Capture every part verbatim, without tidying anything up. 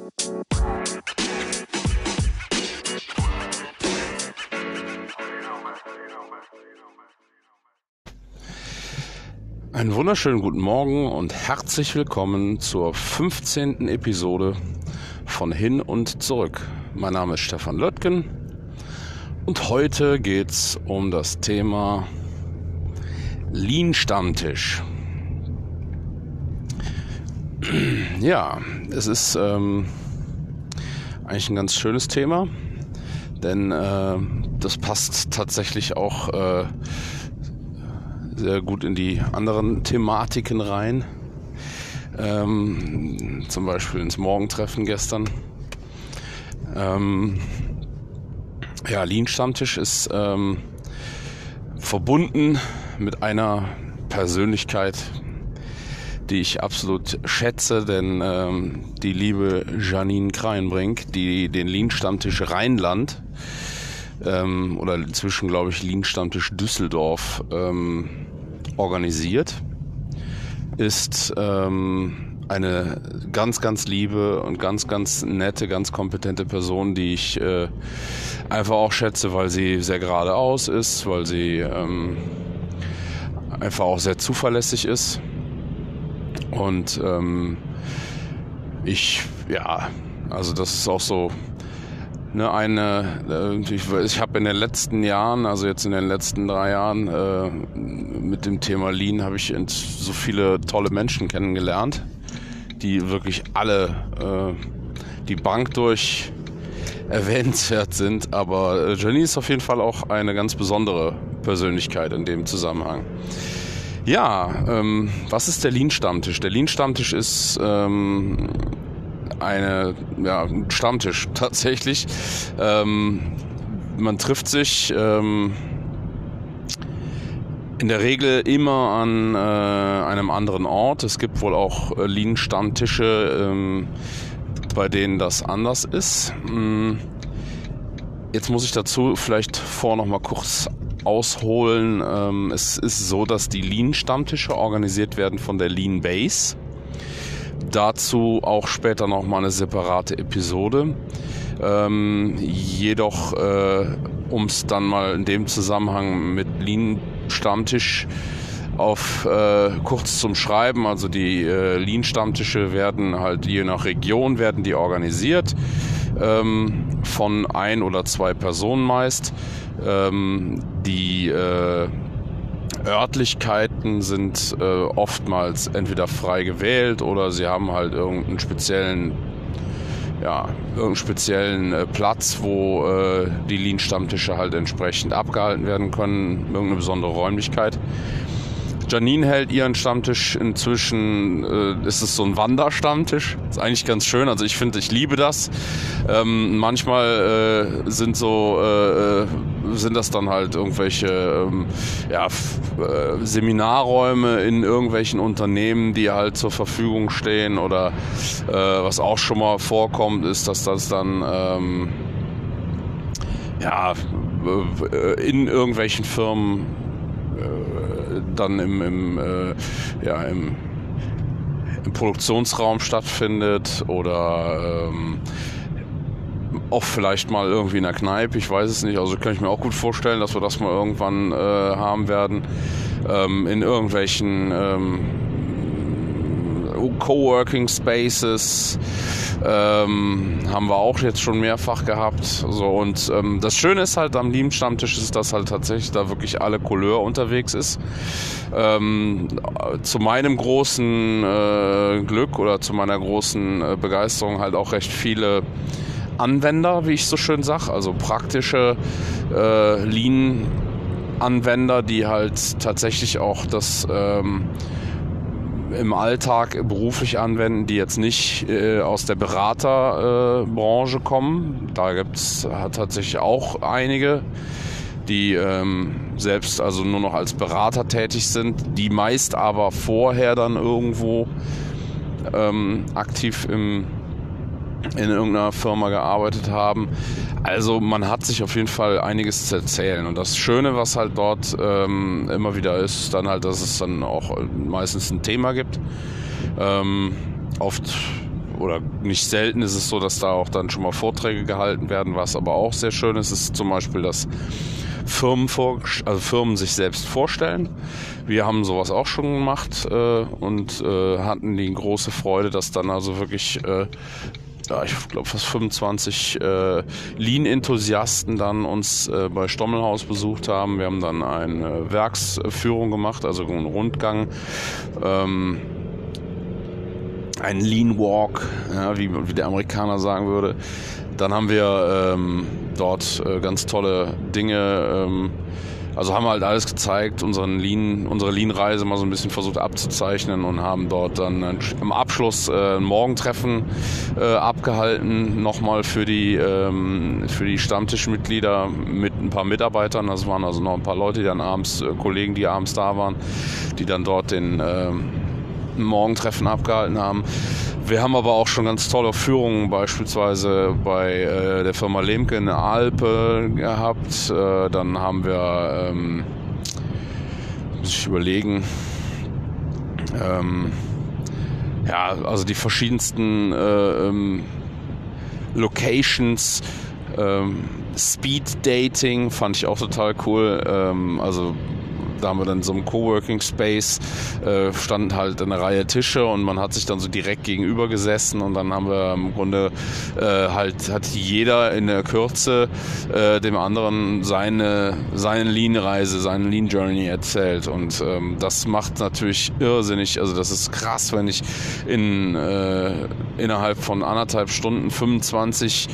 Einen wunderschönen guten Morgen und herzlich willkommen zur fünfzehnten Episode von Hin und Zurück. Mein Name ist Stefan Löttgen und heute geht's um das Thema Lean-Stammtisch. Ja, es ist ähm, eigentlich ein ganz schönes Thema, denn äh, das passt tatsächlich auch äh, sehr gut in die anderen Thematiken rein. Ähm, zum Beispiel ins Morgentreffen gestern. Ähm, ja, Lean-Stammtisch ist ähm, verbunden mit einer Persönlichkeit, die ich absolut schätze, denn ähm, die liebe Janine Kreinbrink, die den Lean-Stammtisch Rheinland ähm, oder inzwischen glaube ich Lean-Stammtisch Düsseldorf ähm, organisiert, ist ähm, eine ganz, ganz liebe und ganz, ganz nette, ganz kompetente Person, die ich äh, einfach auch schätze, weil sie sehr geradeaus ist, weil sie ähm, einfach auch sehr zuverlässig ist. Und ähm, ich, ja, also das ist auch so ne, eine, äh, ich, ich habe in den letzten Jahren, also jetzt in den letzten drei Jahren, äh, mit dem Thema Lean habe ich so viele tolle Menschen kennengelernt, die wirklich alle äh, die Bank durch erwähnenswert sind. Aber äh, Janine ist auf jeden Fall auch eine ganz besondere Persönlichkeit in dem Zusammenhang. Ja, ähm, was ist der Lean-Stammtisch? Der Lean-Stammtisch ist ähm, eine, ja, ein Stammtisch tatsächlich. Ähm, man trifft sich ähm, in der Regel immer an äh, einem anderen Ort. Es gibt wohl auch äh, Lean-Stammtische, ähm, bei denen das anders ist. Ähm, jetzt muss ich dazu vielleicht vor noch mal kurz ausholen. Ähm, es ist so, dass die Lean-Stammtische organisiert werden von der Lean Base. Dazu auch später noch mal eine separate Episode. Ähm, jedoch, äh, um es dann mal in dem Zusammenhang mit Lean-Stammtisch auf äh, kurz zum Schreiben, also die äh, Lean-Stammtische werden halt je nach Region werden die organisiert, ähm, von ein oder zwei Personen meist. Ähm, die äh, Örtlichkeiten sind äh, oftmals entweder frei gewählt oder sie haben halt irgendeinen speziellen, ja, irgendeinen speziellen äh, Platz, wo äh, die Lean-Stammtische halt entsprechend abgehalten werden können, irgendeine besondere Räumlichkeit. Janine hält ihren Stammtisch inzwischen, äh, ist es so ein Wanderstammtisch. Ist eigentlich ganz schön, also ich finde, ich liebe das. Ähm, manchmal äh, sind so, äh, sind das dann halt irgendwelche ähm, ja, f- äh, Seminarräume in irgendwelchen Unternehmen, die halt zur Verfügung stehen oder äh, was auch schon mal vorkommt, ist, dass das dann ähm, ja, äh, in irgendwelchen Firmen dann im, im, äh, ja, im, im Produktionsraum stattfindet oder ähm, auch vielleicht mal irgendwie in der Kneipe, ich weiß es nicht, also kann ich mir auch gut vorstellen, dass wir das mal irgendwann äh, haben werden, ähm, in irgendwelchen ähm, Coworking Spaces, ähm, haben wir auch jetzt schon mehrfach gehabt. So, und ähm, das Schöne ist halt am Lean-Stammtisch ist, dass halt tatsächlich da wirklich alle Couleur unterwegs ist. Ähm, zu meinem großen äh, Glück oder zu meiner großen äh, Begeisterung halt auch recht viele Anwender, wie ich so schön sage, also praktische äh, Lean-Anwender, die halt tatsächlich auch das ähm, im Alltag beruflich anwenden, die jetzt nicht äh, aus der Beraterbranche äh, kommen. Da gibt es tatsächlich auch einige, die ähm, selbst also nur noch als Berater tätig sind, die meist aber vorher dann irgendwo ähm, aktiv im in irgendeiner Firma gearbeitet haben. Also man hat sich auf jeden Fall einiges zu erzählen. Und das Schöne, was halt dort ähm, immer wieder ist, ist dann halt, dass es dann auch meistens ein Thema gibt. Ähm, oft oder nicht selten ist es so, dass da auch dann schon mal Vorträge gehalten werden, was aber auch sehr schön ist, ist zum Beispiel, dass Firmen, vor, also Firmen sich selbst vorstellen. Wir haben sowas auch schon gemacht äh, und äh, hatten die große Freude, dass dann also wirklich äh, ja, ich glaube fast fünfundzwanzig äh, Lean-Enthusiasten dann uns äh, bei Stommelhaus besucht haben. Wir haben dann eine Werksführung gemacht, also einen Rundgang, ähm, einen Lean Walk, ja, wie, wie der Amerikaner sagen würde. Dann haben wir ähm, dort äh, ganz tolle Dinge, ähm, also haben wir halt alles gezeigt, unseren Lean, unsere Lean-Reise mal so ein bisschen versucht abzuzeichnen und haben dort dann ein, im Abschluss äh, ein Morgentreffen äh, abgehalten, nochmal für die, ähm, für die Stammtischmitglieder mit ein paar Mitarbeitern. Das waren also noch ein paar Leute, die dann abends, äh, Kollegen, die abends da waren, die dann dort den äh, Morgentreffen abgehalten haben. Wir haben aber auch schon ganz tolle Führungen, beispielsweise bei äh, der Firma Lemke in der Alpe gehabt. Äh, dann haben wir, ähm, muss ich überlegen, ähm, ja, also die verschiedensten äh, ähm, Locations, ähm, Speed Dating fand ich auch total cool. Ähm, also da haben wir dann so einem Coworking Space, äh, standen halt eine Reihe Tische und man hat sich dann so direkt gegenüber gesessen und dann haben wir im Grunde äh, halt, hat jeder in der Kürze äh, dem anderen seine, seine Lean-Reise, seine Lean-Journey erzählt und ähm, das macht natürlich irrsinnig, also das ist krass, wenn ich in, äh, innerhalb von anderthalb Stunden fünfundzwanzig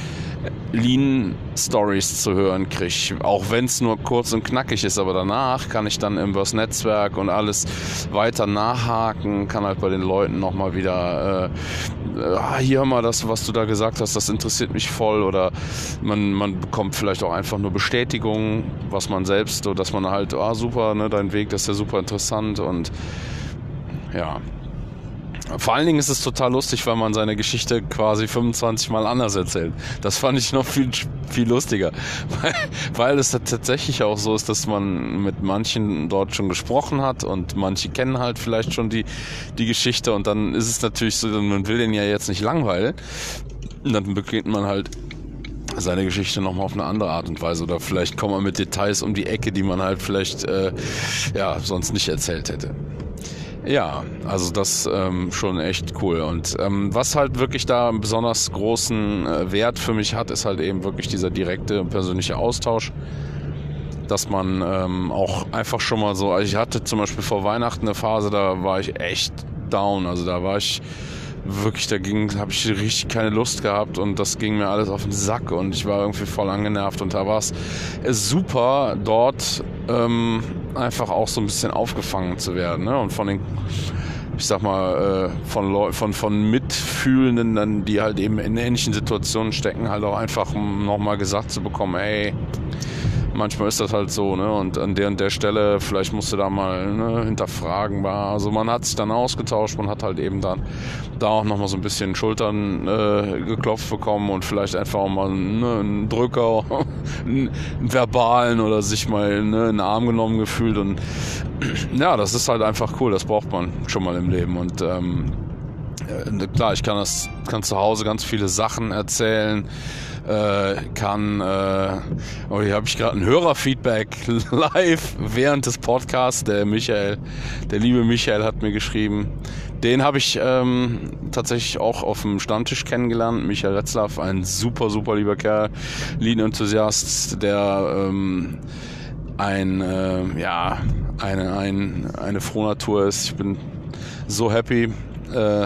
Lean-Stories zu hören kriege, auch wenn es nur kurz und knackig ist, aber danach kann ich dann übers Netzwerk und alles weiter nachhaken, kann halt bei den Leuten nochmal wieder äh, ah, hier hör mal das, was du da gesagt hast, das interessiert mich voll oder man, man bekommt vielleicht auch einfach nur Bestätigung, was man selbst, so dass man halt, ah super, ne, dein Weg, das ist ja super interessant und ja. Vor allen Dingen ist es total lustig, weil man seine Geschichte quasi fünfundzwanzig Mal anders erzählt. Das fand ich noch viel, viel lustiger, weil, weil es tatsächlich auch so ist, dass man mit manchen dort schon gesprochen hat und manche kennen halt vielleicht schon die, die Geschichte und dann ist es natürlich so, man will den ja jetzt nicht langweilen und dann beginnt man halt seine Geschichte nochmal auf eine andere Art und Weise oder vielleicht kommt man mit Details um die Ecke, die man halt vielleicht äh, ja, sonst nicht erzählt hätte. Ja, also das ähm, schon echt cool. Und ähm, was halt wirklich da einen besonders großen äh, Wert für mich hat, ist halt eben wirklich dieser direkte persönliche Austausch, dass man ähm, auch einfach schon mal so, also ich hatte zum Beispiel vor Weihnachten eine Phase, da war ich echt down, also da war ich wirklich, da ging, habe ich richtig keine Lust gehabt und das ging mir alles auf den Sack und ich war irgendwie voll angenervt und da war es super, dort ähm, einfach auch so ein bisschen aufgefangen zu werden, ne? Und von den, ich sag mal, äh, von Leu- von von Mitfühlenden, dann, die halt eben in ähnlichen Situationen stecken, halt auch einfach nochmal gesagt zu bekommen, ey, manchmal ist das halt so, ne? Und an der und der Stelle, vielleicht musst du da mal ne, hinterfragen. Also man hat sich dann ausgetauscht, man hat halt eben dann da auch nochmal so ein bisschen Schultern äh, geklopft bekommen und vielleicht einfach auch mal ne, einen Drücker, einen verbalen oder sich mal ne, in den Arm genommen gefühlt. Und ja, das ist halt einfach cool, das braucht man schon mal im Leben. Und ähm, klar, ich kann das, kann zu Hause ganz viele Sachen erzählen. Äh, kann, äh, oh, hier habe ich gerade ein Hörerfeedback live während des Podcasts. Der Michael, der liebe Michael hat mir geschrieben. Den habe ich ähm, tatsächlich auch auf dem Stammtisch kennengelernt. Michael Retzlaff, ein super, super lieber Kerl, Lean-Enthusiast, der ähm, ein, äh, ja, eine, ein, eine Frohnatur ist. Ich bin so happy, äh,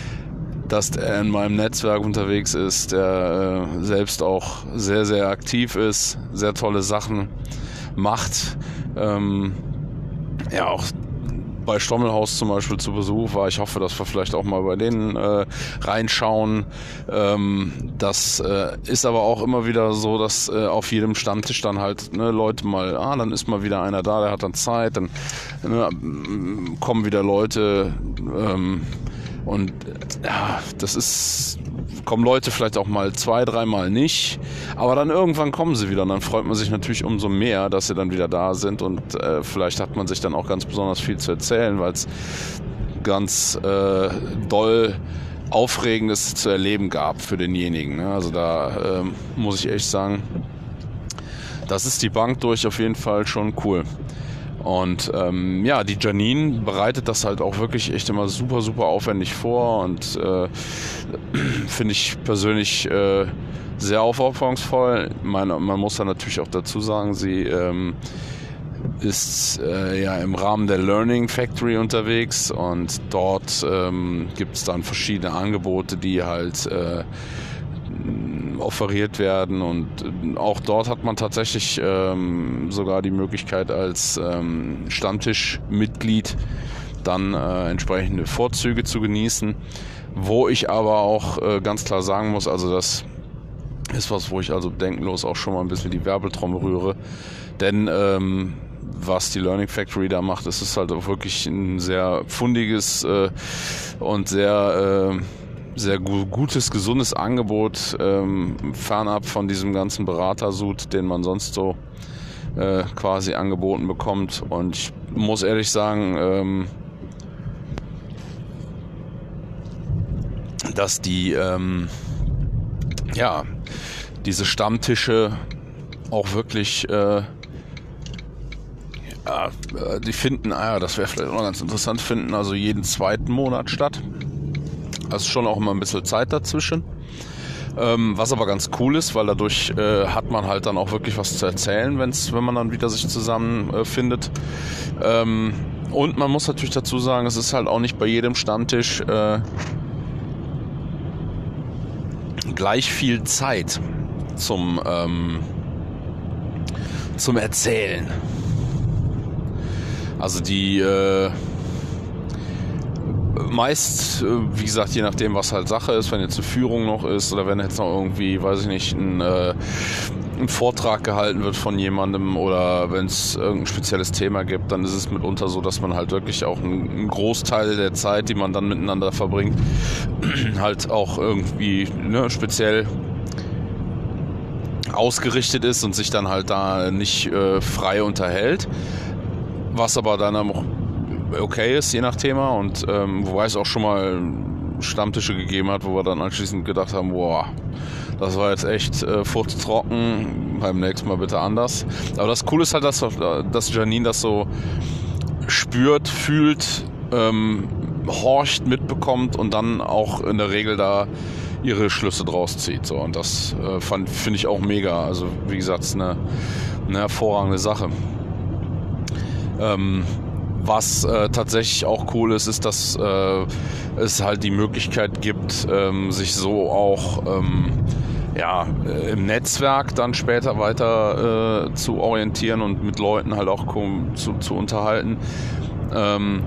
dass er in meinem Netzwerk unterwegs ist, der äh, selbst auch sehr, sehr aktiv ist, sehr tolle Sachen macht. Ähm, ja, auch bei Stommelhaus zum Beispiel zu Besuch war. Ich hoffe, dass wir vielleicht auch mal bei denen äh, reinschauen. Ähm, das äh, ist aber auch immer wieder so, dass äh, auf jedem Stammtisch dann halt ne, Leute mal, ah, dann ist mal wieder einer da, der hat dann Zeit, dann ne, kommen wieder Leute, ähm, und ja, das ist, kommen Leute vielleicht auch mal zwei, dreimal nicht, aber dann irgendwann kommen sie wieder und dann freut man sich natürlich umso mehr, dass sie dann wieder da sind und äh, vielleicht hat man sich dann auch ganz besonders viel zu erzählen, weil es ganz äh, doll Aufregendes zu erleben gab für denjenigen. Also da ähm, muss ich echt sagen, das ist die Bank durch auf jeden Fall schon cool. Und ähm, ja, die Janine bereitet das halt auch wirklich echt immer super, super aufwendig vor und äh, finde ich persönlich äh, sehr aufopferungsvoll. Man, man muss da natürlich auch dazu sagen, sie ähm, ist äh, ja im Rahmen der Learning Factory unterwegs und dort ähm, gibt es dann verschiedene Angebote, die halt äh, offeriert werden und auch dort hat man tatsächlich ähm, sogar die Möglichkeit als ähm, Stammtischmitglied dann äh, entsprechende Vorzüge zu genießen, wo ich aber auch äh, ganz klar sagen muss, also das ist was, wo ich also bedenkenlos auch schon mal ein bisschen die Werbeltrommel rühre, denn ähm, was die Learning Factory da macht, ist es halt auch wirklich ein sehr fundiges äh, und sehr äh, sehr gutes, gesundes Angebot, ähm, fernab von diesem ganzen Beratersud, den man sonst so äh, quasi angeboten bekommt. Und ich muss ehrlich sagen, ähm, dass die, ähm, ja, diese Stammtische auch wirklich, äh, ja, die finden, ah ja, das wäre vielleicht auch ganz interessant, finden also jeden zweiten Monat statt. Also schon auch immer ein bisschen Zeit dazwischen. Ähm, was aber ganz cool ist, weil dadurch äh, hat man halt dann auch wirklich was zu erzählen, wenn's, wenn man dann wieder sich zusammen äh, findet. Ähm, und man muss natürlich dazu sagen, es ist halt auch nicht bei jedem Stammtisch äh, gleich viel Zeit zum, ähm, zum Erzählen. Also die äh, meist, wie gesagt, je nachdem, was halt Sache ist, wenn jetzt eine Führung noch ist oder wenn jetzt noch irgendwie, weiß ich nicht, ein, äh, ein Vortrag gehalten wird von jemandem oder wenn es irgendein spezielles Thema gibt, dann ist es mitunter so, dass man halt wirklich auch einen, einen Großteil der Zeit, die man dann miteinander verbringt, halt auch irgendwie ne, speziell ausgerichtet ist und sich dann halt da nicht äh, frei unterhält, was aber dann auch okay ist, je nach Thema und ähm, wobei es auch schon mal Stammtische gegeben hat, wo wir dann anschließend gedacht haben, boah, das war jetzt echt äh, furztrocken, beim nächsten Mal bitte anders. Aber das Coole ist halt, dass, dass Janine das so spürt, fühlt, ähm, horcht, mitbekommt und dann auch in der Regel da ihre Schlüsse draus zieht. So. Und das äh, finde ich auch mega. Also wie gesagt, es ist eine, eine hervorragende Sache. Ähm, Was äh, tatsächlich auch cool ist, ist, dass äh, es halt die Möglichkeit gibt, ähm, sich so auch ähm, ja, äh, im Netzwerk dann später weiter äh, zu orientieren und mit Leuten halt auch zu, zu unterhalten. Ähm,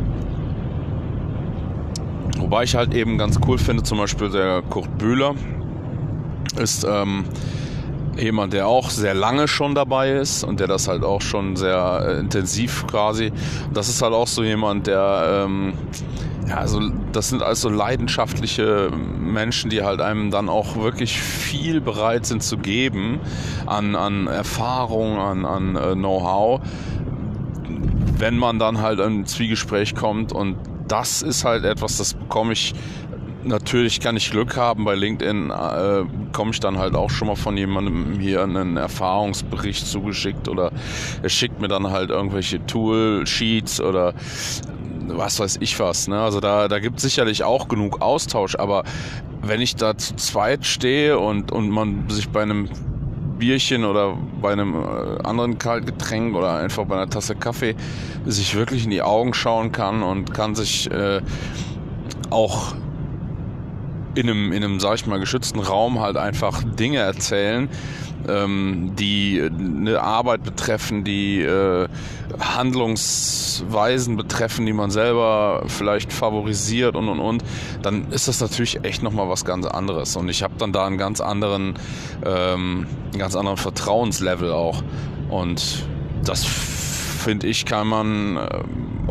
wobei ich halt eben ganz cool finde, zum Beispiel der Kurt Bühler ist ähm, jemand, der auch sehr lange schon dabei ist und der das halt auch schon sehr äh, intensiv quasi. Das ist halt auch so jemand, der, ähm, ja, also das sind also leidenschaftliche Menschen, die halt einem dann auch wirklich viel bereit sind zu geben an, an Erfahrung, an, an äh, Know-how, wenn man dann halt in ein Zwiegespräch kommt und das ist halt etwas, das bekomme ich. Natürlich kann ich Glück haben, bei LinkedIn äh, komme ich dann halt auch schon mal von jemandem hier einen Erfahrungsbericht zugeschickt oder er schickt mir dann halt irgendwelche Tool-Sheets oder was weiß ich was. Ne? Also da, da gibt es sicherlich auch genug Austausch, aber wenn ich da zu zweit stehe und, und man sich bei einem Bierchen oder bei einem äh, anderen Kaltgetränk oder einfach bei einer Tasse Kaffee sich wirklich in die Augen schauen kann und kann sich äh, auch in einem, in einem, sag ich mal, geschützten Raum halt einfach Dinge erzählen, ähm, die eine Arbeit betreffen, die äh, Handlungsweisen betreffen, die man selber vielleicht favorisiert und und und, dann ist das natürlich echt nochmal was ganz anderes. Und ich habe dann da einen ganz anderen, ähm, einen ganz anderen Vertrauenslevel auch. Und das finde ich, kann man äh,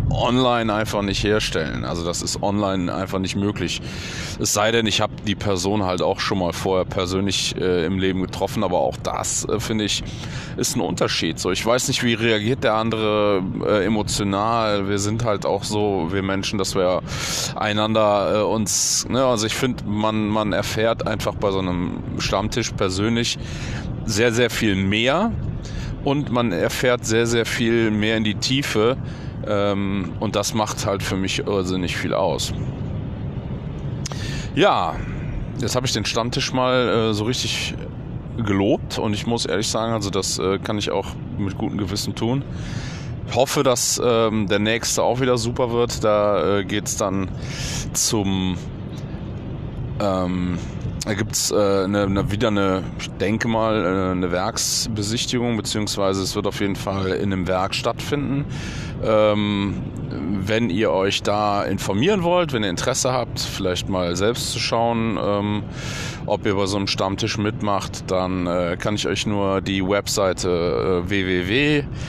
online einfach nicht herstellen. Also das ist online einfach nicht möglich. Es sei denn, ich habe die Person halt auch schon mal vorher persönlich äh, im Leben getroffen, aber auch das, äh, finde ich, ist ein Unterschied. So, ich weiß nicht, wie reagiert der andere äh, emotional. Wir sind halt auch so, wir Menschen, dass wir einander äh, uns, ne, also ich finde, man, man erfährt einfach bei so einem Stammtisch persönlich sehr, sehr viel mehr und man erfährt sehr, sehr viel mehr in die Tiefe. Ähm, und das macht halt für mich irrsinnig viel aus. Ja, jetzt habe ich den Stammtisch mal äh, so richtig gelobt und ich muss ehrlich sagen, also das äh, kann ich auch mit gutem Gewissen tun. Ich hoffe, dass ähm, der nächste auch wieder super wird. Da äh, geht es dann zum... Ähm, Da gibt es äh, ne, ne, wieder eine, ich denke mal, äh, eine Werksbesichtigung, beziehungsweise es wird auf jeden Fall in einem Werk stattfinden. Ähm, wenn ihr euch da informieren wollt, wenn ihr Interesse habt, vielleicht mal selbst zu schauen, ähm, ob ihr bei so einem Stammtisch mitmacht, dann äh, kann ich euch nur die Webseite äh, w w w punkt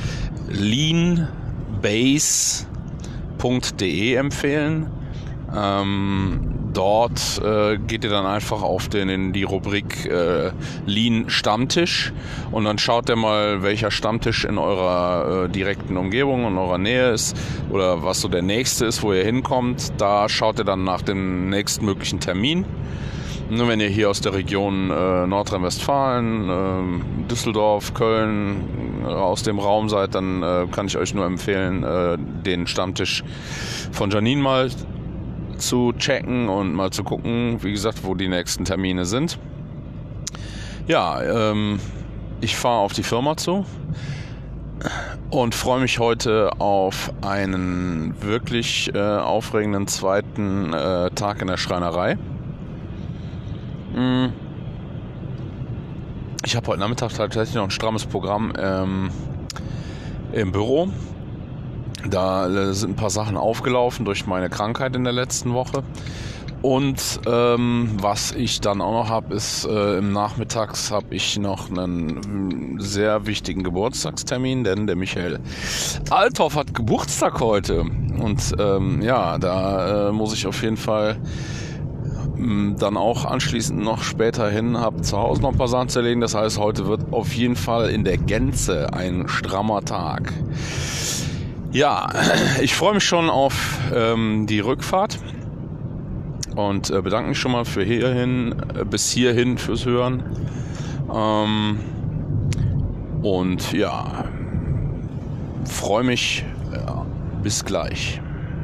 leanbase punkt d e empfehlen. Ähm, dort äh, geht ihr dann einfach auf den, in die Rubrik äh, Lean Stammtisch und dann schaut ihr mal, welcher Stammtisch in eurer äh, direkten Umgebung, in eurer Nähe ist oder was so der nächste ist, wo ihr hinkommt. Da schaut ihr dann nach dem nächstmöglichen Termin. Nur wenn ihr hier aus der Region äh, Nordrhein-Westfalen, äh, Düsseldorf, Köln äh, aus dem Raum seid, dann äh, kann ich euch nur empfehlen, äh, den Stammtisch von Janine mal zu checken und mal zu gucken, wie gesagt, wo die nächsten Termine sind. Ja, ähm, ich fahre auf die Firma zu und freue mich heute auf einen wirklich äh, aufregenden zweiten äh, Tag in der Schreinerei. Hm. Ich habe heute Nachmittag tatsächlich noch ein strammes Programm ähm, im Büro. Da sind ein paar Sachen aufgelaufen durch meine Krankheit in der letzten Woche. Und ähm, was ich dann auch noch habe, ist äh, im Nachmittags habe ich noch einen sehr wichtigen Geburtstagstermin, denn der Michael Althoff hat Geburtstag heute. Und ähm, ja, da äh, muss ich auf jeden Fall ähm, dann auch anschließend noch später hin, habe zu Hause noch ein paar Sachen zu erledigen. Das heißt, heute wird auf jeden Fall in der Gänze ein strammer Tag. Ja, ich freue mich schon auf ähm, die Rückfahrt und äh, bedanke mich schon mal für hierhin, äh, bis hierhin fürs Hören. Ähm, und ja, freue mich. Ja, bis gleich.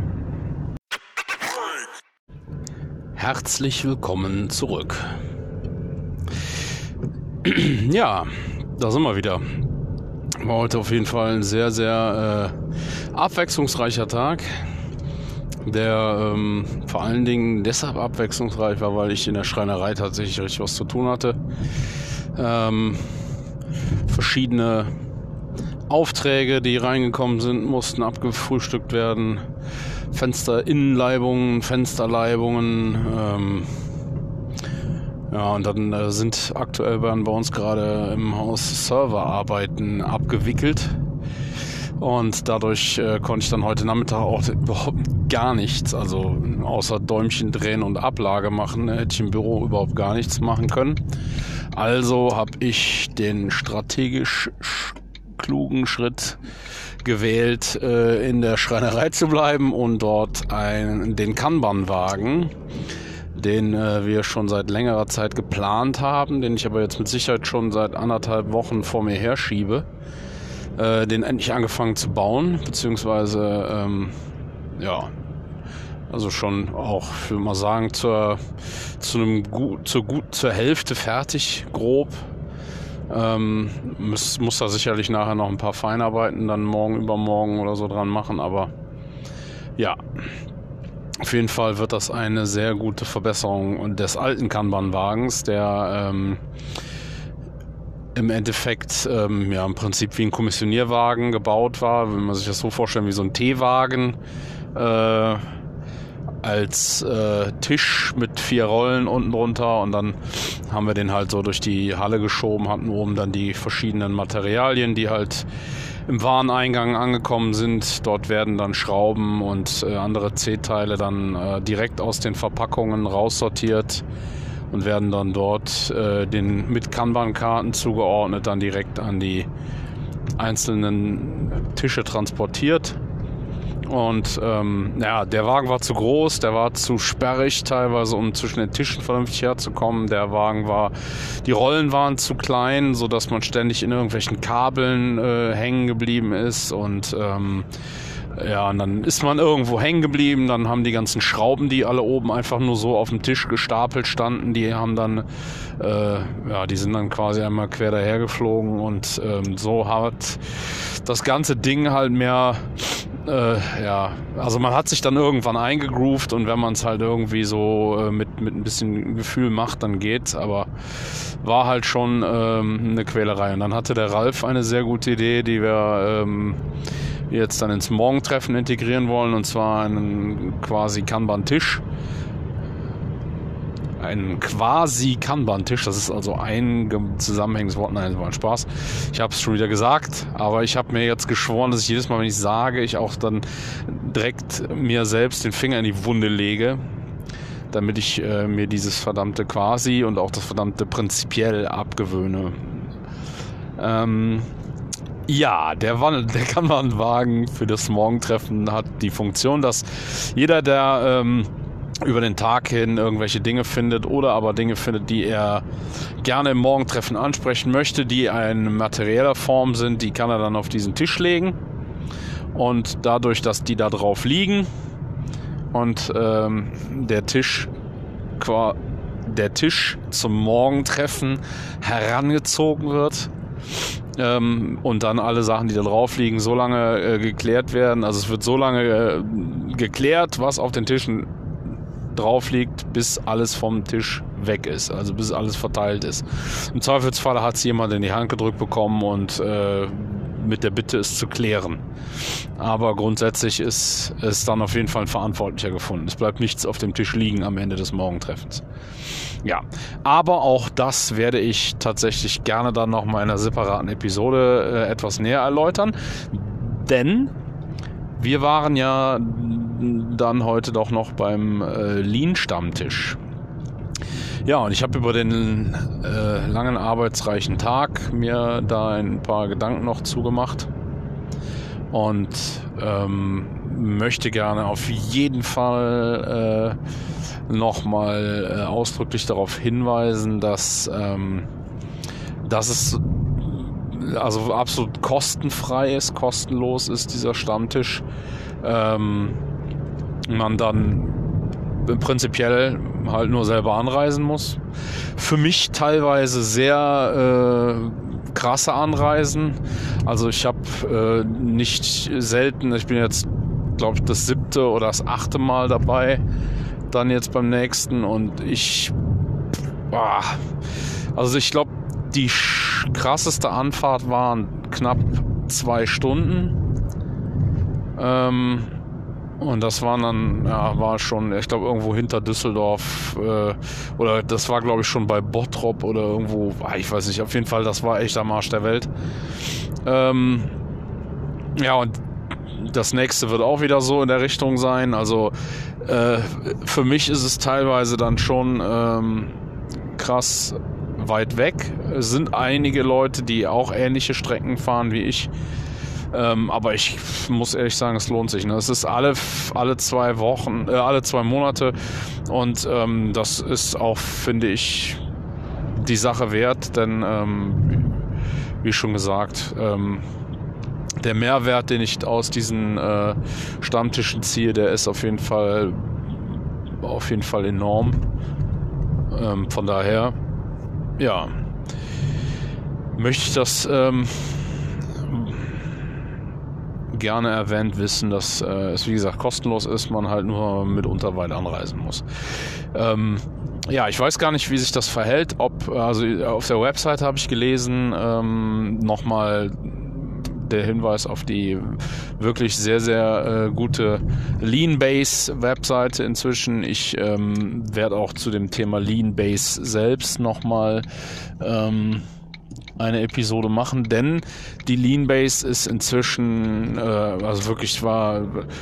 Herzlich willkommen zurück. Ja, da sind wir wieder. War heute auf jeden Fall ein sehr, sehr äh, abwechslungsreicher Tag, der ähm, vor allen Dingen deshalb abwechslungsreich war, weil ich in der Schreinerei tatsächlich richtig was zu tun hatte. Ähm, verschiedene Aufträge, die reingekommen sind, mussten abgefrühstückt werden. Fensterinnenleibungen, Fensterleibungen, ähm, ja, und dann äh, sind aktuell werden bei uns gerade im Haus Serverarbeiten abgewickelt und dadurch äh, konnte ich dann heute Nachmittag auch überhaupt gar nichts, also außer Däumchen drehen und Ablage machen, hätte ich im Büro überhaupt gar nichts machen können. Also habe ich den strategisch sch- klugen Schritt gewählt, äh, in der Schreinerei zu bleiben und dort ein, den Kanban-Wagen, den äh, wir schon seit längerer Zeit geplant haben, den ich aber jetzt mit Sicherheit schon seit anderthalb Wochen vor mir herschiebe, äh, den endlich angefangen zu bauen, beziehungsweise ähm, ja, also schon auch, ich würde mal sagen, zur, zu einem gut, zur, gut, zur Hälfte fertig, grob. Ähm, muss, muss da sicherlich nachher noch ein paar Feinarbeiten dann morgen, übermorgen oder so dran machen, aber ja, auf jeden Fall wird das eine sehr gute Verbesserung des alten Kanban-Wagens, der ähm, im Endeffekt ähm, ja im Prinzip wie ein Kommissionierwagen gebaut war, wenn man sich das so vorstellt wie so ein T-Wagen, äh, als äh, Tisch mit vier Rollen unten drunter und dann haben wir den halt so durch die Halle geschoben, hatten oben dann die verschiedenen Materialien, die halt im Wareneingang angekommen sind. Dort werden dann Schrauben und äh, andere C-Teile dann äh, direkt aus den Verpackungen raussortiert und werden dann dort äh, den mit Kanban-Karten zugeordnet dann direkt an die einzelnen Tische transportiert. Und ähm, ja, der Wagen war zu groß, der war zu sperrig teilweise, um zwischen den Tischen vernünftig herzukommen. Der Wagen war, die Rollen waren zu klein, sodass man ständig in irgendwelchen Kabeln äh, hängen geblieben ist. Und ähm, ja, und dann ist man irgendwo hängen geblieben. Dann haben die ganzen Schrauben, die alle oben einfach nur so auf dem Tisch gestapelt standen, die haben dann, äh, ja, die sind dann quasi einmal quer daher geflogen. Und ähm, so hat das ganze Ding halt mehr... Äh, ja, also man hat sich dann irgendwann eingegroovt und wenn man es halt irgendwie so äh, mit, mit ein bisschen Gefühl macht, dann geht's, aber war halt schon ähm, eine Quälerei. Und dann hatte der Ralf eine sehr gute Idee, die wir ähm, jetzt dann ins Morgentreffen integrieren wollen, und zwar einen quasi Kanban-Tisch. Ein quasi Kanban-Tisch, das ist also ein zusammenhängendes Wort, nein, das war ein Spaß. Ich habe es schon wieder gesagt, aber ich habe mir jetzt geschworen, dass ich jedes Mal, wenn ich sage, ich auch dann direkt mir selbst den Finger in die Wunde lege, damit ich äh, mir dieses verdammte quasi und auch das verdammte prinzipiell abgewöhne. Ähm, ja, der, der Kanban-Wagen für das Morgentreffen hat die Funktion, dass jeder, der ähm, über den Tag hin irgendwelche Dinge findet oder aber Dinge findet, die er gerne im Morgentreffen ansprechen möchte, die in materieller Form sind, die kann er dann auf diesen Tisch legen. Und dadurch, dass die da drauf liegen und ähm, der Tisch der Tisch zum Morgentreffen herangezogen wird, ähm, und dann alle Sachen, die da drauf liegen, so lange äh, geklärt werden. Also es wird so lange äh, geklärt, was auf den Tischen drauf liegt, bis alles vom Tisch weg ist, also bis alles verteilt ist. Im Zweifelsfall hat es jemand in die Hand gedrückt bekommen und äh, mit der Bitte, es zu klären. Aber grundsätzlich ist es dann auf jeden Fall ein Verantwortlicher gefunden. Es bleibt nichts auf dem Tisch liegen am Ende des Morgentreffens. Ja, aber auch das werde ich tatsächlich gerne dann noch mal in einer separaten Episode äh, etwas näher erläutern, denn wir waren ja dann heute doch noch beim äh, Lean-Stammtisch. Ja, und ich habe über den äh, langen arbeitsreichen Tag mir da ein paar Gedanken noch zugemacht und ähm, möchte gerne auf jeden Fall äh, nochmal äh, ausdrücklich darauf hinweisen, dass, ähm, dass es also absolut kostenfrei ist, kostenlos ist dieser Stammtisch. Ähm, man dann prinzipiell halt nur selber anreisen muss. Für mich teilweise sehr äh, krasse Anreisen. Also ich habe äh, nicht selten, ich bin jetzt glaube ich das siebte oder das achte Mal dabei, dann jetzt beim nächsten, und ich boah, also ich glaube die krasseste Anfahrt waren knapp zwei Stunden. Ähm, und das waren dann, ja, war schon, ich glaube, irgendwo hinter Düsseldorf, äh, oder das war, glaube ich, schon bei Bottrop oder irgendwo, ich weiß nicht, auf jeden Fall, das war echt am Arsch der Welt. Ähm, ja, und das nächste wird auch wieder so in der Richtung sein. Also äh, für mich ist es teilweise dann schon ähm, krass weit weg. Es sind einige Leute, die auch ähnliche Strecken fahren wie ich. Ähm, aber ich muss ehrlich sagen, es lohnt sich. Ne? Es ist alle, alle zwei Wochen, äh, alle zwei Monate, und ähm, das ist auch, finde ich, die Sache wert, denn ähm, wie schon gesagt, ähm, der Mehrwert, den ich aus diesen äh, Stammtischen ziehe, der ist auf jeden Fall auf jeden Fall enorm. Ähm, von daher, ja, möchte ich das ähm, gerne erwähnt wissen, dass äh, es wie gesagt kostenlos ist, man halt nur mitunter weit anreisen muss. Ähm, ja, ich weiß gar nicht, wie sich das verhält. Ob, also auf der Website habe ich gelesen, ähm, nochmal der Hinweis auf die wirklich sehr, sehr äh, gute Lean-Base-Webseite inzwischen. Ich ähm, werde auch zu dem Thema Lean-Base selbst nochmal ähm, eine Episode machen, denn die Lean-Base ist inzwischen, äh, also wirklich war,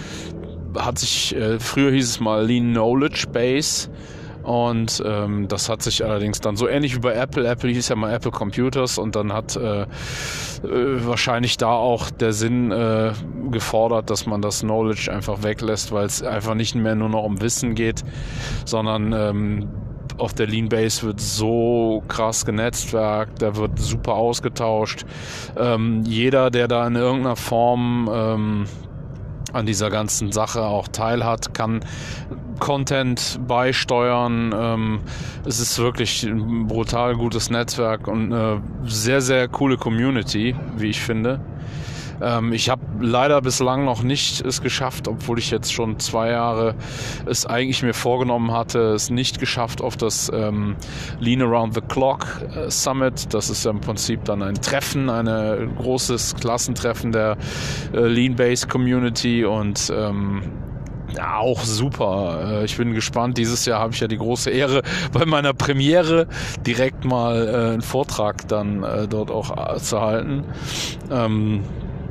hat sich, äh, früher hieß es mal Lean Knowledge Base. Und ähm, das hat sich allerdings dann so ähnlich wie bei Apple, Apple hieß ja mal Apple Computers und dann hat äh, äh, wahrscheinlich da auch der Sinn äh, gefordert, dass man das Knowledge einfach weglässt, weil es einfach nicht mehr nur noch um Wissen geht, sondern ähm, auf der Lean Base wird so krass genetzwerkt, da wird super ausgetauscht. Ähm, jeder, der da in irgendeiner Form ähm, an dieser ganzen Sache auch teilhat, kann Content beisteuern. Ähm, es ist wirklich ein brutal gutes Netzwerk und eine sehr, sehr coole Community, wie ich finde. Ähm, ich habe leider bislang noch nicht es geschafft, obwohl ich jetzt schon zwei Jahre es eigentlich mir vorgenommen hatte, es nicht geschafft auf das ähm, Lean Around the Clock äh, Summit. Das ist ja im Prinzip dann ein Treffen, ein großes Klassentreffen der äh, Lean-Based Community und ähm, ja, auch super. Ich bin gespannt. Dieses Jahr habe ich ja die große Ehre, bei meiner Premiere direkt mal äh, einen Vortrag dann äh, dort auch zu halten. Ähm,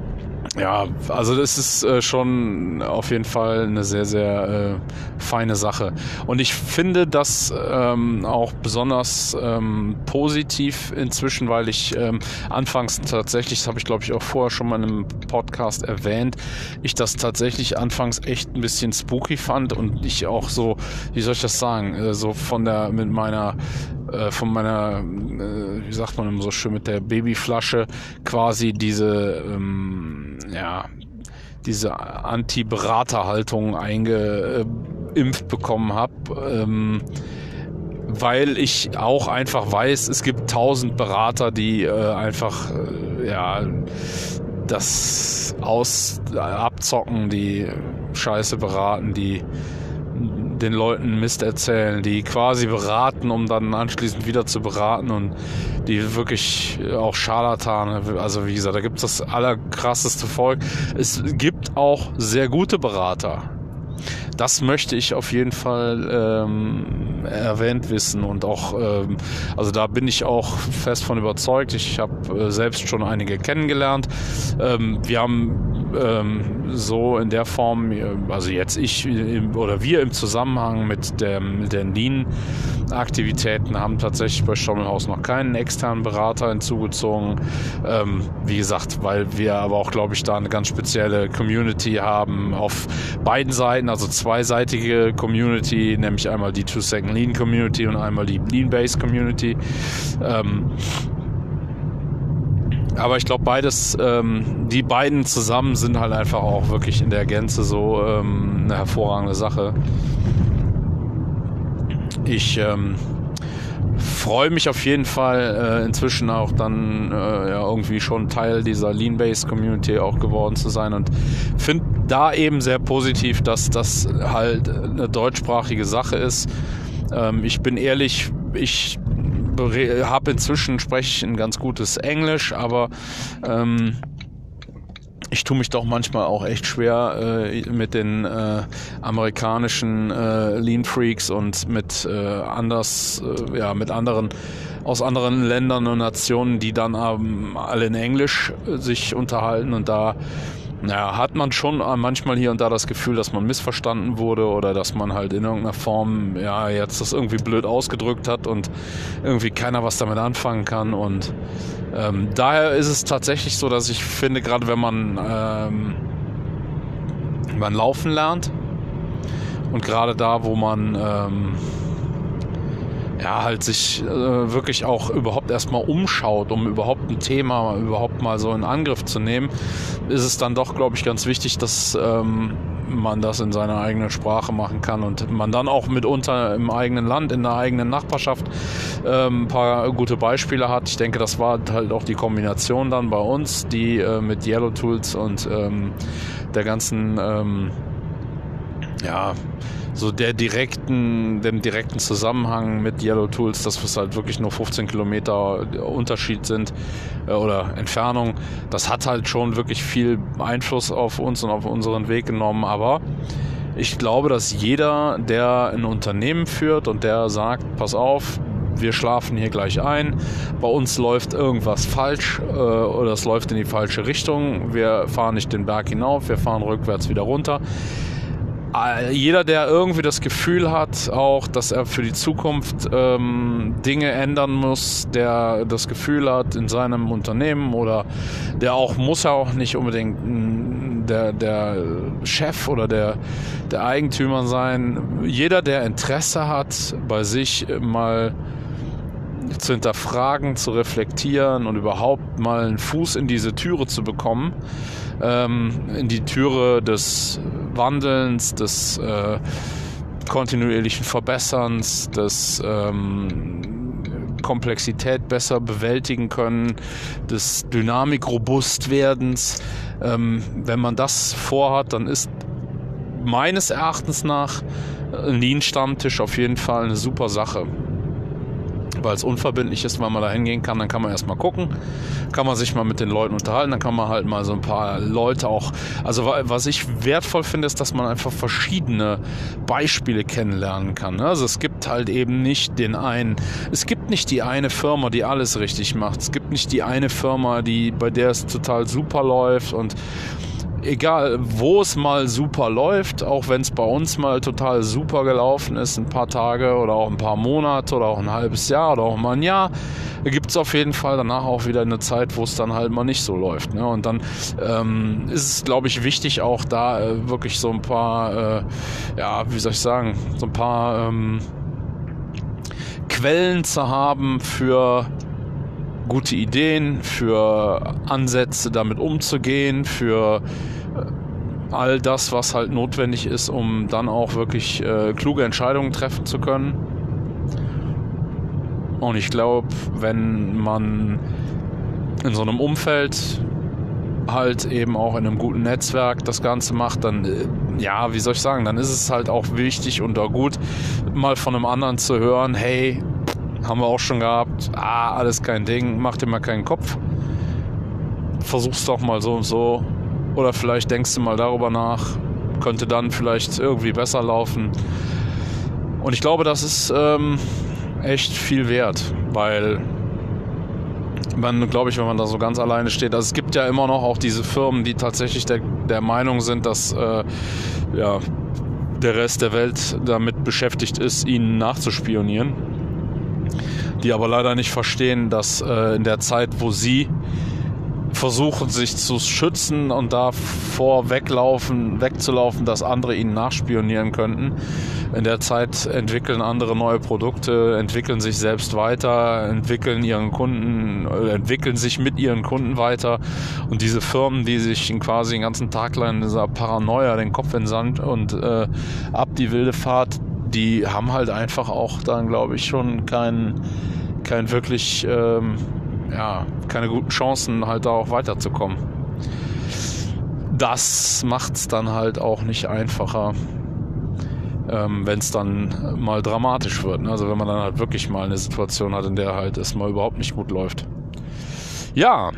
ja, also das ist äh, schon auf jeden Fall eine sehr, sehr äh, feine Sache. Und ich finde das ähm, auch besonders ähm, positiv inzwischen, weil ich ähm, anfangs tatsächlich, das habe ich glaube ich auch vorher schon mal in einem Podcast erwähnt, ich das tatsächlich anfangs echt ein bisschen spooky fand und ich auch so, wie soll ich das sagen, äh, so von der, mit meiner von meiner, wie sagt man immer so schön, mit der Babyflasche quasi diese, ähm, ja, diese Anti-Berater-Haltung eingeimpft bekommen habe, ähm, weil ich auch einfach weiß, es gibt tausend Berater, die äh, einfach, äh, ja, das aus abzocken, die Scheiße beraten, die den Leuten Mist erzählen, die quasi beraten, um dann anschließend wieder zu beraten und die wirklich auch Scharlatane, also wie gesagt, da gibt es das allerkrasseste Volk. Es gibt auch sehr gute Berater. Das möchte ich auf jeden Fall ähm, erwähnt wissen und auch, ähm, also da bin ich auch fest von überzeugt. Ich habe äh, selbst schon einige kennengelernt. Ähm, wir haben ähm, so in der Form, also jetzt ich im, oder wir im Zusammenhang mit, der, mit den Lean-Aktivitäten haben tatsächlich bei Stommelhaus noch keinen externen Berater hinzugezogen. Ähm, wie gesagt, weil wir aber auch, glaube ich, da eine ganz spezielle Community haben auf beiden Seiten, also zweiseitige Community, nämlich einmal die Two-Second Lean Community und einmal die Lean-Based Community. Ähm, aber ich glaube, beides, ähm, die beiden zusammen sind halt einfach auch wirklich in der Gänze so ähm, eine hervorragende Sache. Ich ähm, freue mich auf jeden Fall, äh, inzwischen auch dann äh, ja, irgendwie schon Teil dieser Lean-Based Community auch geworden zu sein und finde da eben sehr positiv, dass das halt eine deutschsprachige Sache ist. Ähm, ich bin ehrlich, ich habe inzwischen, spreche ich ein ganz gutes Englisch, aber ähm, ich tue mich doch manchmal auch echt schwer äh, mit den äh, amerikanischen äh, Lean Freaks und mit äh, anders, äh, ja, mit anderen aus anderen Ländern und Nationen, die dann ähm, alle in Englisch äh, sich unterhalten und da ja, hat man schon manchmal hier und da das Gefühl, dass man missverstanden wurde oder dass man halt in irgendeiner Form ja jetzt das irgendwie blöd ausgedrückt hat und irgendwie keiner was damit anfangen kann und ähm, daher ist es tatsächlich so, dass ich finde, gerade wenn man ähm, man laufen lernt und gerade da, wo man ähm, ja, halt sich äh, wirklich auch überhaupt erstmal umschaut, um überhaupt ein Thema überhaupt mal so in Angriff zu nehmen, ist es dann doch, glaube ich, ganz wichtig, dass ähm, man das in seiner eigenen Sprache machen kann und man dann auch mitunter im eigenen Land, in der eigenen Nachbarschaft ähm, ein paar gute Beispiele hat. Ich denke, das war halt auch die Kombination dann bei uns, die äh, mit Yellow Tools und ähm, der ganzen ähm, ja, so der direkten, dem direkten Zusammenhang mit Yellow Tools, dass es halt wirklich nur fünfzehn Kilometer Unterschied sind äh, oder Entfernung, das hat halt schon wirklich viel Einfluss auf uns und auf unseren Weg genommen, aber ich glaube, dass jeder, der ein Unternehmen führt und der sagt, pass auf, wir schlafen hier gleich ein, bei uns läuft irgendwas falsch äh, oder es läuft in die falsche Richtung, wir fahren nicht den Berg hinauf, wir fahren rückwärts wieder runter. Äh, jeder, der irgendwie das Gefühl hat, auch, dass er für die Zukunft ähm, Dinge ändern muss, der das Gefühl hat in seinem Unternehmen oder der auch, muss ja auch nicht unbedingt mh, der, der Chef oder der, der Eigentümer sein, jeder, der Interesse hat, bei sich mal zu hinterfragen, zu reflektieren und überhaupt mal einen Fuß in diese Türe zu bekommen, ähm, in die Türe des Wandelns, des äh, kontinuierlichen Verbesserns, des ähm, Komplexität besser bewältigen können, des Dynamik-Robustwerdens. Ähm, wenn man das vorhat, dann ist meines Erachtens nach ein Lean-Stammtisch auf jeden Fall eine super Sache. Weil es unverbindlich ist, weil man da hingehen kann, dann kann man erstmal gucken, kann man sich mal mit den Leuten unterhalten, dann kann man halt mal so ein paar Leute auch, also was ich wertvoll finde, ist, dass man einfach verschiedene Beispiele kennenlernen kann. Also es gibt halt eben nicht den einen, es gibt nicht die eine Firma, die alles richtig macht, es gibt nicht die eine Firma, die bei der es total super läuft und egal, wo es mal super läuft, auch wenn es bei uns mal total super gelaufen ist, ein paar Tage oder auch ein paar Monate oder auch ein halbes Jahr oder auch mal ein Jahr, gibt es auf jeden Fall danach auch wieder eine Zeit, wo es dann halt mal nicht so läuft. Ne? Und dann ähm, ist es, glaube ich, wichtig, auch da äh, wirklich so ein paar, äh, ja, wie soll ich sagen, so ein paar ähm, Quellen zu haben für gute Ideen, für Ansätze damit umzugehen, für all das, was halt notwendig ist, um dann auch wirklich äh, kluge Entscheidungen treffen zu können. Und ich glaube, wenn man in so einem Umfeld halt eben auch in einem guten Netzwerk das Ganze macht, dann, äh, ja, wie soll ich sagen, dann ist es halt auch wichtig und auch gut, mal von einem anderen zu hören, hey, haben wir auch schon gehabt, ah, alles kein Ding, mach dir mal keinen Kopf. Versuch's doch mal so und so. Oder vielleicht denkst du mal darüber nach, könnte dann vielleicht irgendwie besser laufen. Und ich glaube, das ist ähm, echt viel wert, weil man, glaube ich, wenn man da so ganz alleine steht, also es gibt ja immer noch auch diese Firmen, die tatsächlich der, der Meinung sind, dass äh, ja, der Rest der Welt damit beschäftigt ist, ihnen nachzuspionieren. Die aber leider nicht verstehen, dass äh, in der Zeit, wo sie versuchen, sich zu schützen und davor weglaufen, wegzulaufen, dass andere ihnen nachspionieren könnten, in der Zeit entwickeln andere neue Produkte, entwickeln sich selbst weiter, entwickeln ihren Kunden, äh, entwickeln sich mit ihren Kunden weiter. Und diese Firmen, die sich quasi den ganzen Tag lang in dieser Paranoia den Kopf in den Sand und äh, ab die wilde Fahrt, die haben halt einfach auch dann, glaube ich, schon kein, kein wirklich, ähm, ja, keine guten Chancen, halt da auch weiterzukommen. Das macht es dann halt auch nicht einfacher, ähm, wenn es dann mal dramatisch wird. Ne? Also wenn man dann halt wirklich mal eine Situation hat, in der halt es mal überhaupt nicht gut läuft. Ja,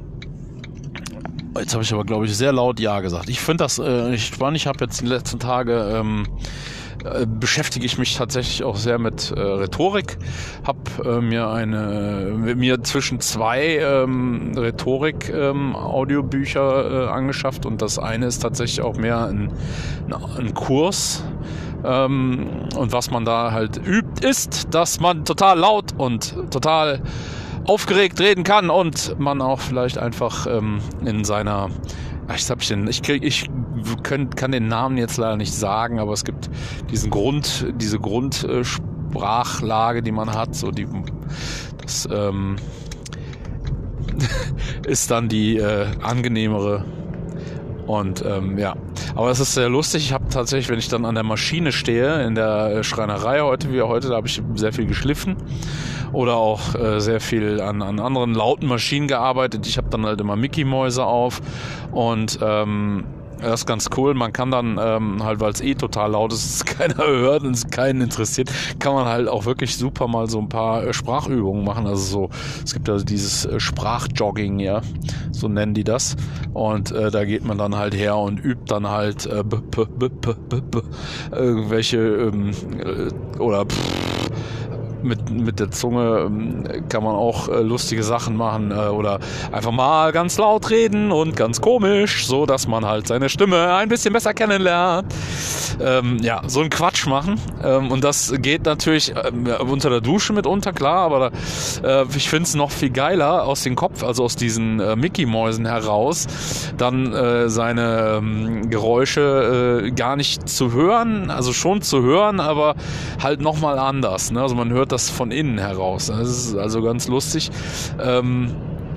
jetzt habe ich aber, glaube ich, sehr laut Ja gesagt. Ich finde das äh, spannend. Ich habe jetzt die letzten Tage ähm, beschäftige ich mich tatsächlich auch sehr mit äh, Rhetorik, habe äh, mir eine äh, mir zwischen zwei ähm, Rhetorik ähm, Audiobücher äh, angeschafft und das eine ist tatsächlich auch mehr ein, ein Kurs ähm, und was man da halt übt, ist, dass man total laut und total aufgeregt reden kann und man auch vielleicht einfach ähm, in seiner Ich, hab ich, den, ich, krieg, ich können, kann den Namen jetzt leider nicht sagen, aber es gibt diesen Grund, diese Grundsprachlage, die man hat, so die, das ähm, ist dann die äh, angenehmere. Und ähm, ja, aber es ist sehr lustig. Ich habe tatsächlich, wenn ich dann an der Maschine stehe, in der Schreinerei heute, wie heute, da habe ich sehr viel geschliffen oder auch äh, sehr viel an, an anderen lauten Maschinen gearbeitet. Ich habe dann halt immer Mickey-Mäuse auf und ähm, Das ist ganz cool. Man kann dann ähm, halt, weil es eh total laut ist, es keiner hört und es keinen interessiert, kann man halt auch wirklich super mal so ein paar äh, Sprachübungen machen. Also so, es gibt also dieses äh, Sprachjogging, ja, so nennen die das. Und äh, da geht man dann halt her und übt dann halt äh, b, b, b, b, b, b, irgendwelche ähm, äh, oder pff, Mit, mit der Zunge ähm, kann man auch äh, lustige Sachen machen äh, oder einfach mal ganz laut reden und ganz komisch, so dass man halt seine Stimme ein bisschen besser kennenlernt. Ähm, ja, so einen Quatsch machen. Ähm, und das geht natürlich äh, unter der Dusche mitunter, klar, aber äh, ich finde es noch viel geiler aus dem Kopf, also aus diesen äh, Mickey-Mäusen heraus, dann äh, seine ähm, Geräusche äh, gar nicht zu hören, also schon zu hören, aber halt nochmal anders. Ne? Also man hört das von innen heraus. Das ist also ganz lustig. Ähm,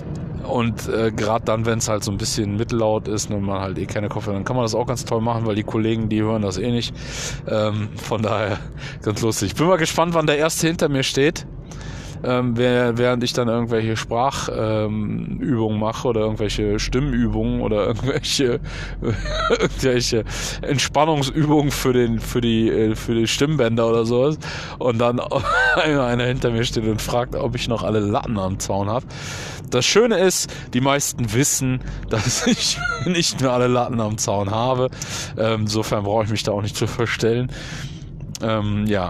und äh, gerade dann, wenn es halt so ein bisschen mittellaut ist und man halt eh keine Kopfhörer, dann kann man das auch ganz toll machen, weil die Kollegen, die hören das eh nicht. Ähm, von daher ganz lustig. Ich bin mal gespannt, wann der Erste hinter mir steht. Ähm, während ich dann irgendwelche Sprachübungen ähm, mache oder irgendwelche Stimmübungen oder irgendwelche, irgendwelche Entspannungsübungen für den für die für die Stimmbänder oder sowas und dann einer hinter mir steht und fragt, ob ich noch alle Latten am Zaun habe. Das Schöne ist, die meisten wissen, dass ich nicht mehr alle Latten am Zaun habe. Ähm, insofern brauche ich mich da auch nicht zu verstellen. Ähm, ja.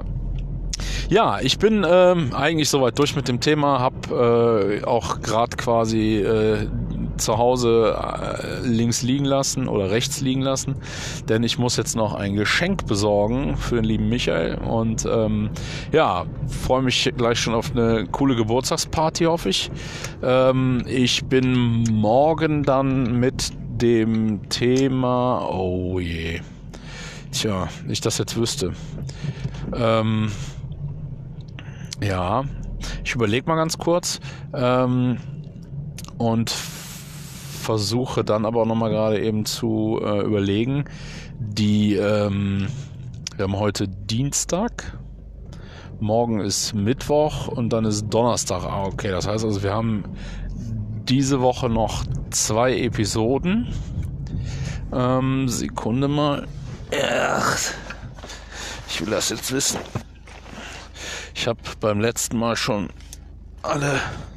Ja, ich bin ähm, eigentlich soweit durch mit dem Thema, habe äh, auch gerade quasi äh, zu Hause äh, links liegen lassen oder rechts liegen lassen, denn ich muss jetzt noch ein Geschenk besorgen für den lieben Michael und ähm, ja, freue mich gleich schon auf eine coole Geburtstagsparty, hoffe ich. Ähm, ich bin morgen dann mit dem Thema, oh je, tja, ich das jetzt wüsste, ähm, ja, ich überlege mal ganz kurz ähm, und versuche dann aber auch nochmal gerade eben zu äh, überlegen. Die, ähm, wir haben heute Dienstag, morgen ist Mittwoch und dann ist Donnerstag. Ah, okay, das heißt also, wir haben diese Woche noch zwei Episoden. Ähm, Sekunde mal. Ach, ich will das jetzt wissen. Ich habe beim letzten Mal schon alle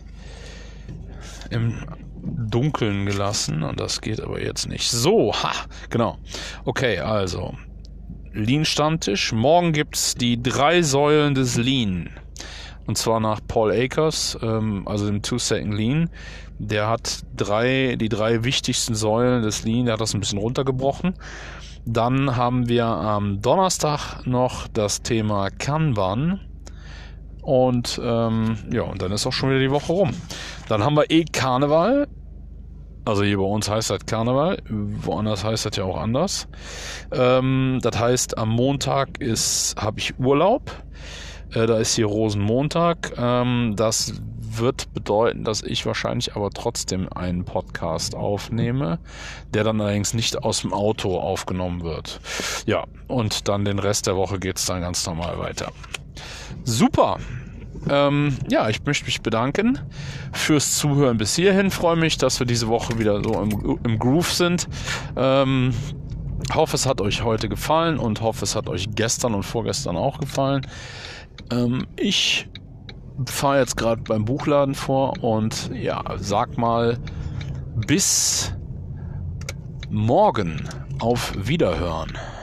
im Dunkeln gelassen und das geht aber jetzt nicht. So, ha, genau. Okay, also Lean-Stammtisch. Morgen gibt's die drei Säulen des Lean. Und zwar nach Paul Akers, ähm, also dem Two-Second Lean. Der hat drei, die drei wichtigsten Säulen des Lean, der hat das ein bisschen runtergebrochen. Dann haben wir am Donnerstag noch das Thema Kanban. Und ähm, ja, und dann ist auch schon wieder die Woche rum. Dann haben wir eh Karneval. Also hier bei uns heißt das Karneval. Woanders heißt das ja auch anders. Ähm, das heißt, am Montag ist habe ich Urlaub. Äh, da ist hier Rosenmontag. Ähm, das wird bedeuten, dass ich wahrscheinlich aber trotzdem einen Podcast aufnehme, der dann allerdings nicht aus dem Auto aufgenommen wird. Ja, und dann den Rest der Woche geht's dann ganz normal weiter. Super. Ähm, ja, ich möchte mich bedanken fürs Zuhören bis hierhin. Freue mich, dass wir diese Woche wieder so im, im Groove sind. Ähm, hoffe, es hat euch heute gefallen und hoffe, es hat euch gestern und vorgestern auch gefallen. Ähm, ich fahre jetzt gerade beim Buchladen vor und ja, sag mal bis morgen. Auf Wiederhören.